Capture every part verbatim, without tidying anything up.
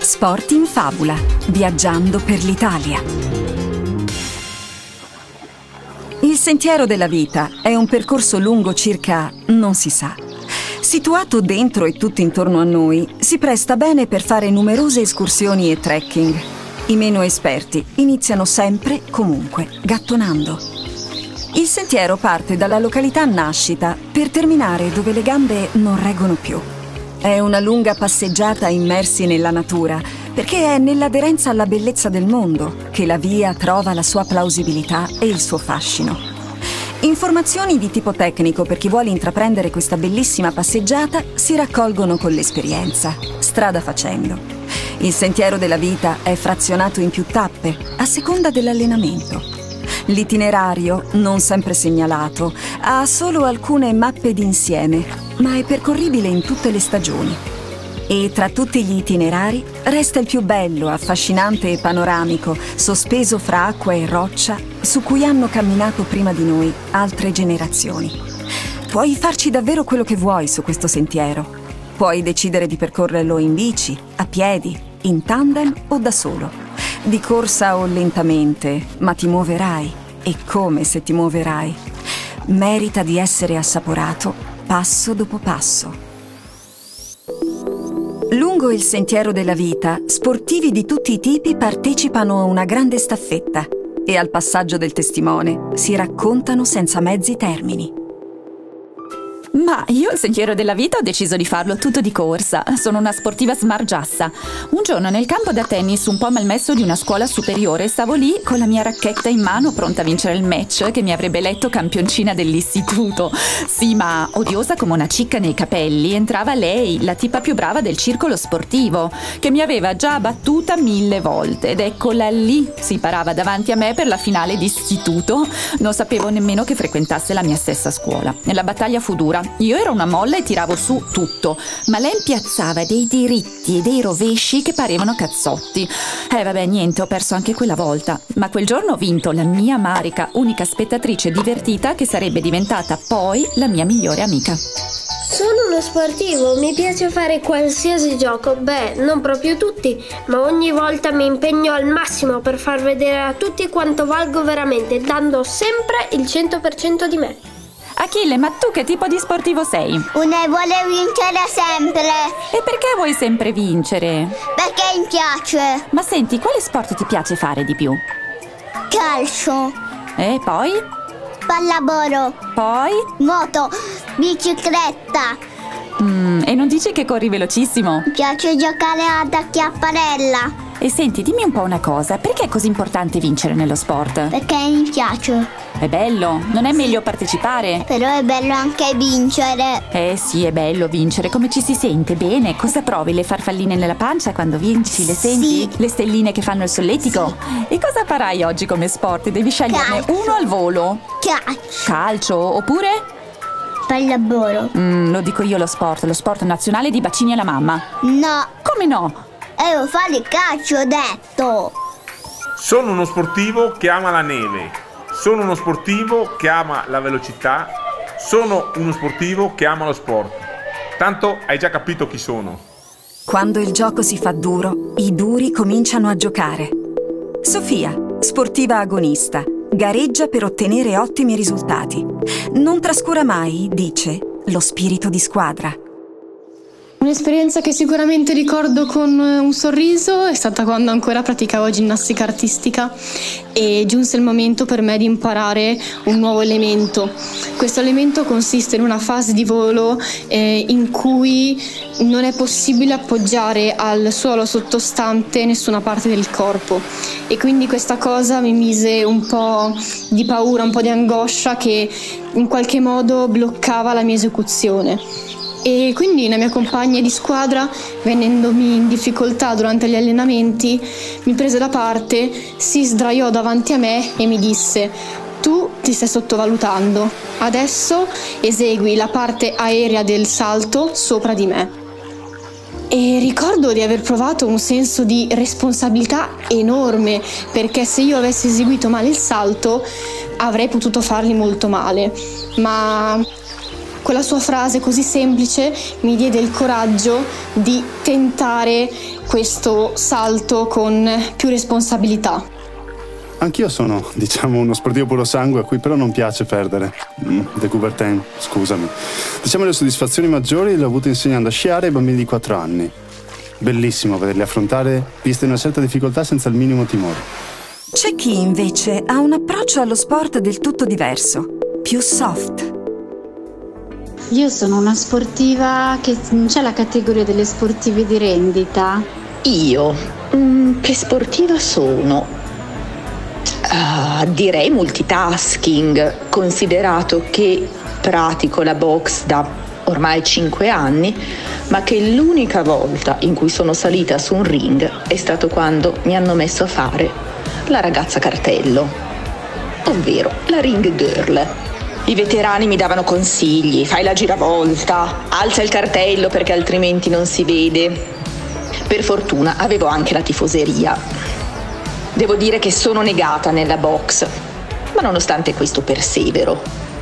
Sport in Fabula, viaggiando per l'Italia. Il Sentiero della Vita è un percorso lungo circa, non si sa. Situato dentro e tutto intorno a noi, si presta bene per fare numerose escursioni e trekking. I meno esperti iniziano sempre, comunque, gattonando. Il sentiero parte dalla località Nascita per terminare dove le gambe non reggono più. È una lunga passeggiata immersi nella natura, perché è nell'aderenza alla bellezza del mondo che la via trova la sua plausibilità e il suo fascino. Informazioni di tipo tecnico per chi vuole intraprendere questa bellissima passeggiata si raccolgono con l'esperienza, strada facendo. Il Sentiero della Vita è frazionato in più tappe, a seconda dell'allenamento. L'itinerario, non sempre segnalato, ha solo alcune mappe d'insieme, ma è percorribile in tutte le stagioni. E tra tutti gli itinerari resta il più bello, affascinante e panoramico, sospeso fra acqua e roccia, su cui hanno camminato prima di noi altre generazioni. Puoi farci davvero quello che vuoi su questo sentiero. Puoi decidere di percorrerlo in bici, a piedi, in tandem o da solo, di corsa o lentamente, ma ti muoverai, e come se ti muoverai. Merita di essere assaporato passo dopo passo. Lungo il Sentiero della Vita, sportivi di tutti i tipi partecipano a una grande staffetta e al passaggio del testimone si raccontano senza mezzi termini. Ma io il Sentiero della Vita ho deciso di farlo tutto di corsa. Sono una sportiva smargiassa. Un giorno nel campo da tennis un po' malmesso di una scuola superiore stavo lì con la mia racchetta in mano pronta a vincere il match che mi avrebbe eletto campioncina dell'istituto. Sì, ma odiosa come una cicca nei capelli entrava lei, la tipa più brava del circolo sportivo, che mi aveva già battuta mille volte, ed eccola lì si parava davanti a me per la finale di istituto. Non sapevo nemmeno che frequentasse la mia stessa scuola. E la battaglia fu dura. Io ero una molla e tiravo su tutto, ma lei piazzava dei diritti e dei rovesci che parevano cazzotti. Eh vabbè, niente, ho perso anche quella volta, ma quel giorno ho vinto la mia Marica, unica spettatrice divertita che sarebbe diventata poi la mia migliore amica. Sono uno sportivo, mi piace fare qualsiasi gioco, beh, non proprio tutti, ma ogni volta mi impegno al massimo per far vedere a tutti quanto valgo veramente, dando sempre il cento per cento di me. Achille, ma tu che tipo di sportivo sei? Una vuole vincere sempre. E perché vuoi sempre vincere? Perché mi piace. Ma senti, quale sport ti piace fare di più? Calcio. E poi? Pallavolo. Poi? Moto. Bicicletta. Mm, e non dici che corri velocissimo? Mi piace giocare ad acchiapparella. E senti, dimmi un po' una cosa, perché è così importante vincere nello sport? Perché mi piace. È bello, non è meglio partecipare? Però è bello anche vincere. Eh sì, è bello vincere, come ci si sente? Bene, cosa provi? Le farfalline nella pancia quando vinci? Le senti? Sì. Le stelline che fanno il solletico? Sì. E cosa farai oggi come sport? Devi sceglierne Calcio. uno al volo. Calcio. Calcio, oppure? Pallavolo. Mm, lo dico io lo sport, lo sport nazionale di bacini alla mamma. No. Come no? Devo fare il calcio, ho detto. Sono uno sportivo che ama la neve. Sono uno sportivo che ama la velocità. Sono uno sportivo che ama lo sport. Tanto hai già capito chi sono. Quando il gioco si fa duro, i duri cominciano a giocare. Sofia, sportiva agonista, gareggia per ottenere ottimi risultati. Non trascura mai, dice, lo spirito di squadra. Un'esperienza che sicuramente ricordo con un sorriso è stata quando ancora praticavo ginnastica artistica e giunse il momento per me di imparare un nuovo elemento. Questo elemento consiste in una fase di volo eh, in cui non è possibile appoggiare al suolo sottostante nessuna parte del corpo, e quindi questa cosa mi mise un po' di paura, un po' di angoscia che in qualche modo bloccava la mia esecuzione. E quindi la mia compagna di squadra, venendomi in difficoltà durante gli allenamenti, mi prese da parte, si sdraiò davanti a me e mi disse: tu ti stai sottovalutando, adesso esegui la parte aerea del salto sopra di me. E ricordo di aver provato un senso di responsabilità enorme, perché se io avessi eseguito male il salto avrei potuto farli molto male, ma quella sua frase così semplice mi diede il coraggio di tentare questo salto con più responsabilità. Anch'io sono, diciamo, uno sportivo puro sangue a cui però non piace perdere. Mm, de Coubertin, scusami. Diciamo le soddisfazioni maggiori le ho avute insegnando a sciare ai bambini di quattro anni. Bellissimo vederli affrontare piste di una certa difficoltà senza il minimo timore. C'è chi invece ha un approccio allo sport del tutto diverso, più soft. Io sono una sportiva che non c'è la categoria delle sportive di rendita. Io? Mm, che sportiva sono? Uh, direi multitasking, considerato che pratico la box da ormai cinque anni, ma che l'unica volta in cui sono salita su un ring è stato quando mi hanno messo a fare la ragazza cartello, ovvero la ring girl. I veterani mi davano consigli: fai la giravolta, alza il cartello perché altrimenti non si vede. Per fortuna avevo anche la tifoseria. Devo dire che sono negata nella box, ma nonostante questo persevero.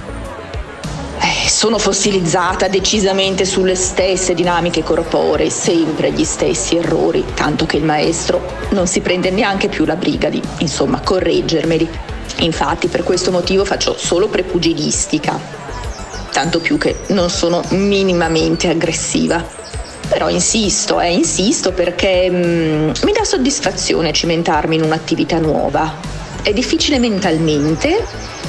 Eh, sono fossilizzata decisamente sulle stesse dinamiche corporee, sempre gli stessi errori, tanto che il maestro non si prende neanche più la briga di, insomma, correggermeli. Infatti per questo motivo faccio solo prepugilistica, tanto più che non sono minimamente aggressiva. Però insisto, eh, insisto perché mm, mi dà soddisfazione cimentarmi in un'attività nuova. È difficile mentalmente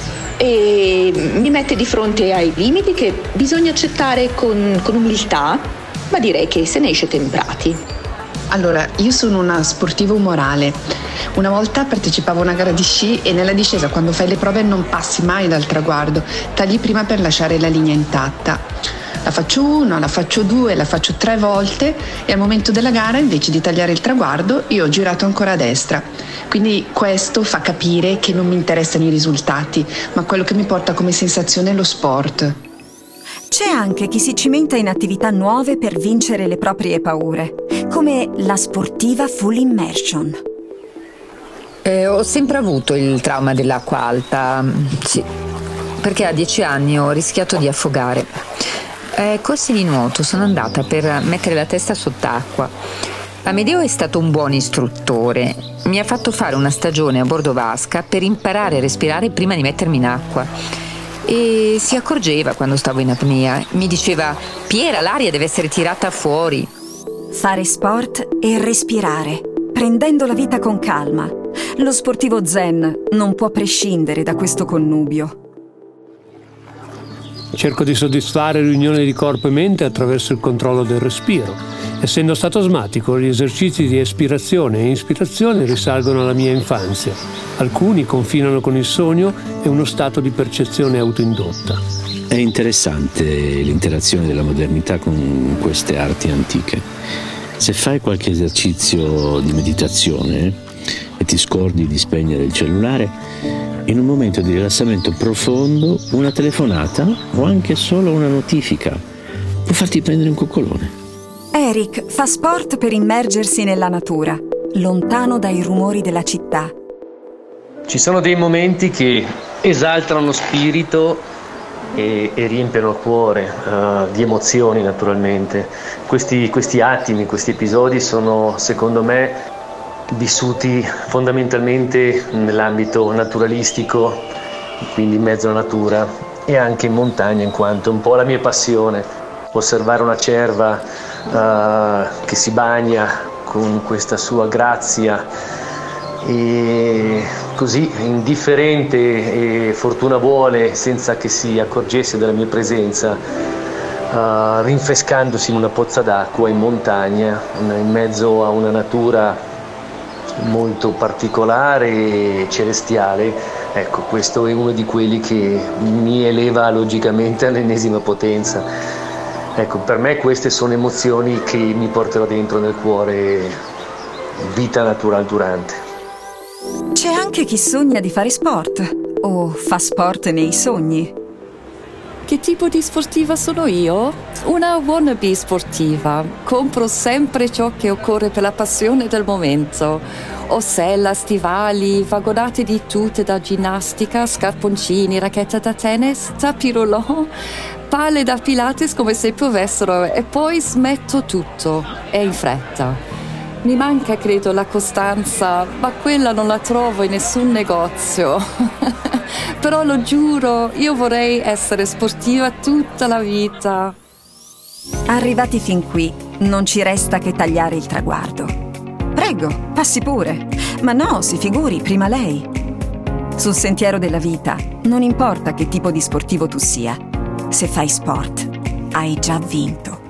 e mi mette di fronte ai limiti che bisogna accettare con, con umiltà, ma direi che se ne esce temprati. Allora, io sono una sportiva umorale. Una volta partecipavo a una gara di sci e nella discesa, quando fai le prove, non passi mai dal traguardo, tagli prima per lasciare la linea intatta. La faccio una, la faccio due, la faccio tre volte e al momento della gara, invece di tagliare il traguardo, io ho girato ancora a destra. Quindi questo fa capire che non mi interessano i risultati, ma quello che mi porta come sensazione è lo sport. C'è anche chi si cimenta in attività nuove per vincere le proprie paure, come la sportiva full immersion. Eh, ho sempre avuto il trauma dell'acqua alta, sì, perché a dieci anni ho rischiato di affogare. Ai corsi di nuoto sono andata per mettere la testa sott'acqua. Amedeo è stato un buon istruttore. Mi ha fatto fare una stagione a bordo vasca per imparare a respirare prima di mettermi in acqua. E si accorgeva quando stavo in apnea. Mi diceva: Piera, l'aria deve essere tirata fuori. Fare sport e respirare, prendendo la vita con calma. Lo sportivo zen non può prescindere da questo connubio. Cerco di soddisfare l'unione di corpo e mente attraverso il controllo del respiro. Essendo stato asmatico, gli esercizi di espirazione e ispirazione risalgono alla mia infanzia. Alcuni confinano con il sogno e uno stato di percezione autoindotta. È interessante l'interazione della modernità con queste arti antiche. Se fai qualche esercizio di meditazione e ti scordi di spegnere il cellulare, in un momento di rilassamento profondo, una telefonata o anche solo una notifica può farti prendere un coccolone. Eric fa sport per immergersi nella natura, lontano dai rumori della città. Ci sono dei momenti che esaltano lo spirito e, e riempiono il cuore uh, di emozioni, naturalmente. Questi, questi attimi, questi episodi sono, secondo me, vissuti fondamentalmente nell'ambito naturalistico, quindi in mezzo alla natura, e anche in montagna, in quanto è un po' la mia passione, osservare una cerva uh, che si bagna con questa sua grazia e così, indifferente e fortuna vuole, senza che si accorgesse della mia presenza, uh, rinfrescandosi in una pozza d'acqua in montagna, in mezzo a una natura molto particolare e celestiale. Ecco, questo è uno di quelli che mi eleva logicamente all'ennesima potenza. Ecco, per me queste sono emozioni che mi porterò dentro nel cuore vita natural durante. C'è anche chi sogna di fare sport o fa sport nei sogni. che tipo di sportiva sono io? Una wannabe sportiva. Compro sempre ciò che occorre per la passione del momento. Ho sella, stivali, vagonate di tute da ginnastica, scarponcini, racchetta da tennis, tapis roulant, palle da Pilates come se piovessero e poi smetto tutto e in fretta. Mi manca, credo, la costanza, ma quella non la trovo in nessun negozio. Però lo giuro, io vorrei essere sportiva tutta la vita. Arrivati fin qui, non ci resta che tagliare il traguardo. Prego, passi pure. Ma no, si figuri, prima lei. Sul sentiero della vita, non importa che tipo di sportivo tu sia. Se fai sport, hai già vinto.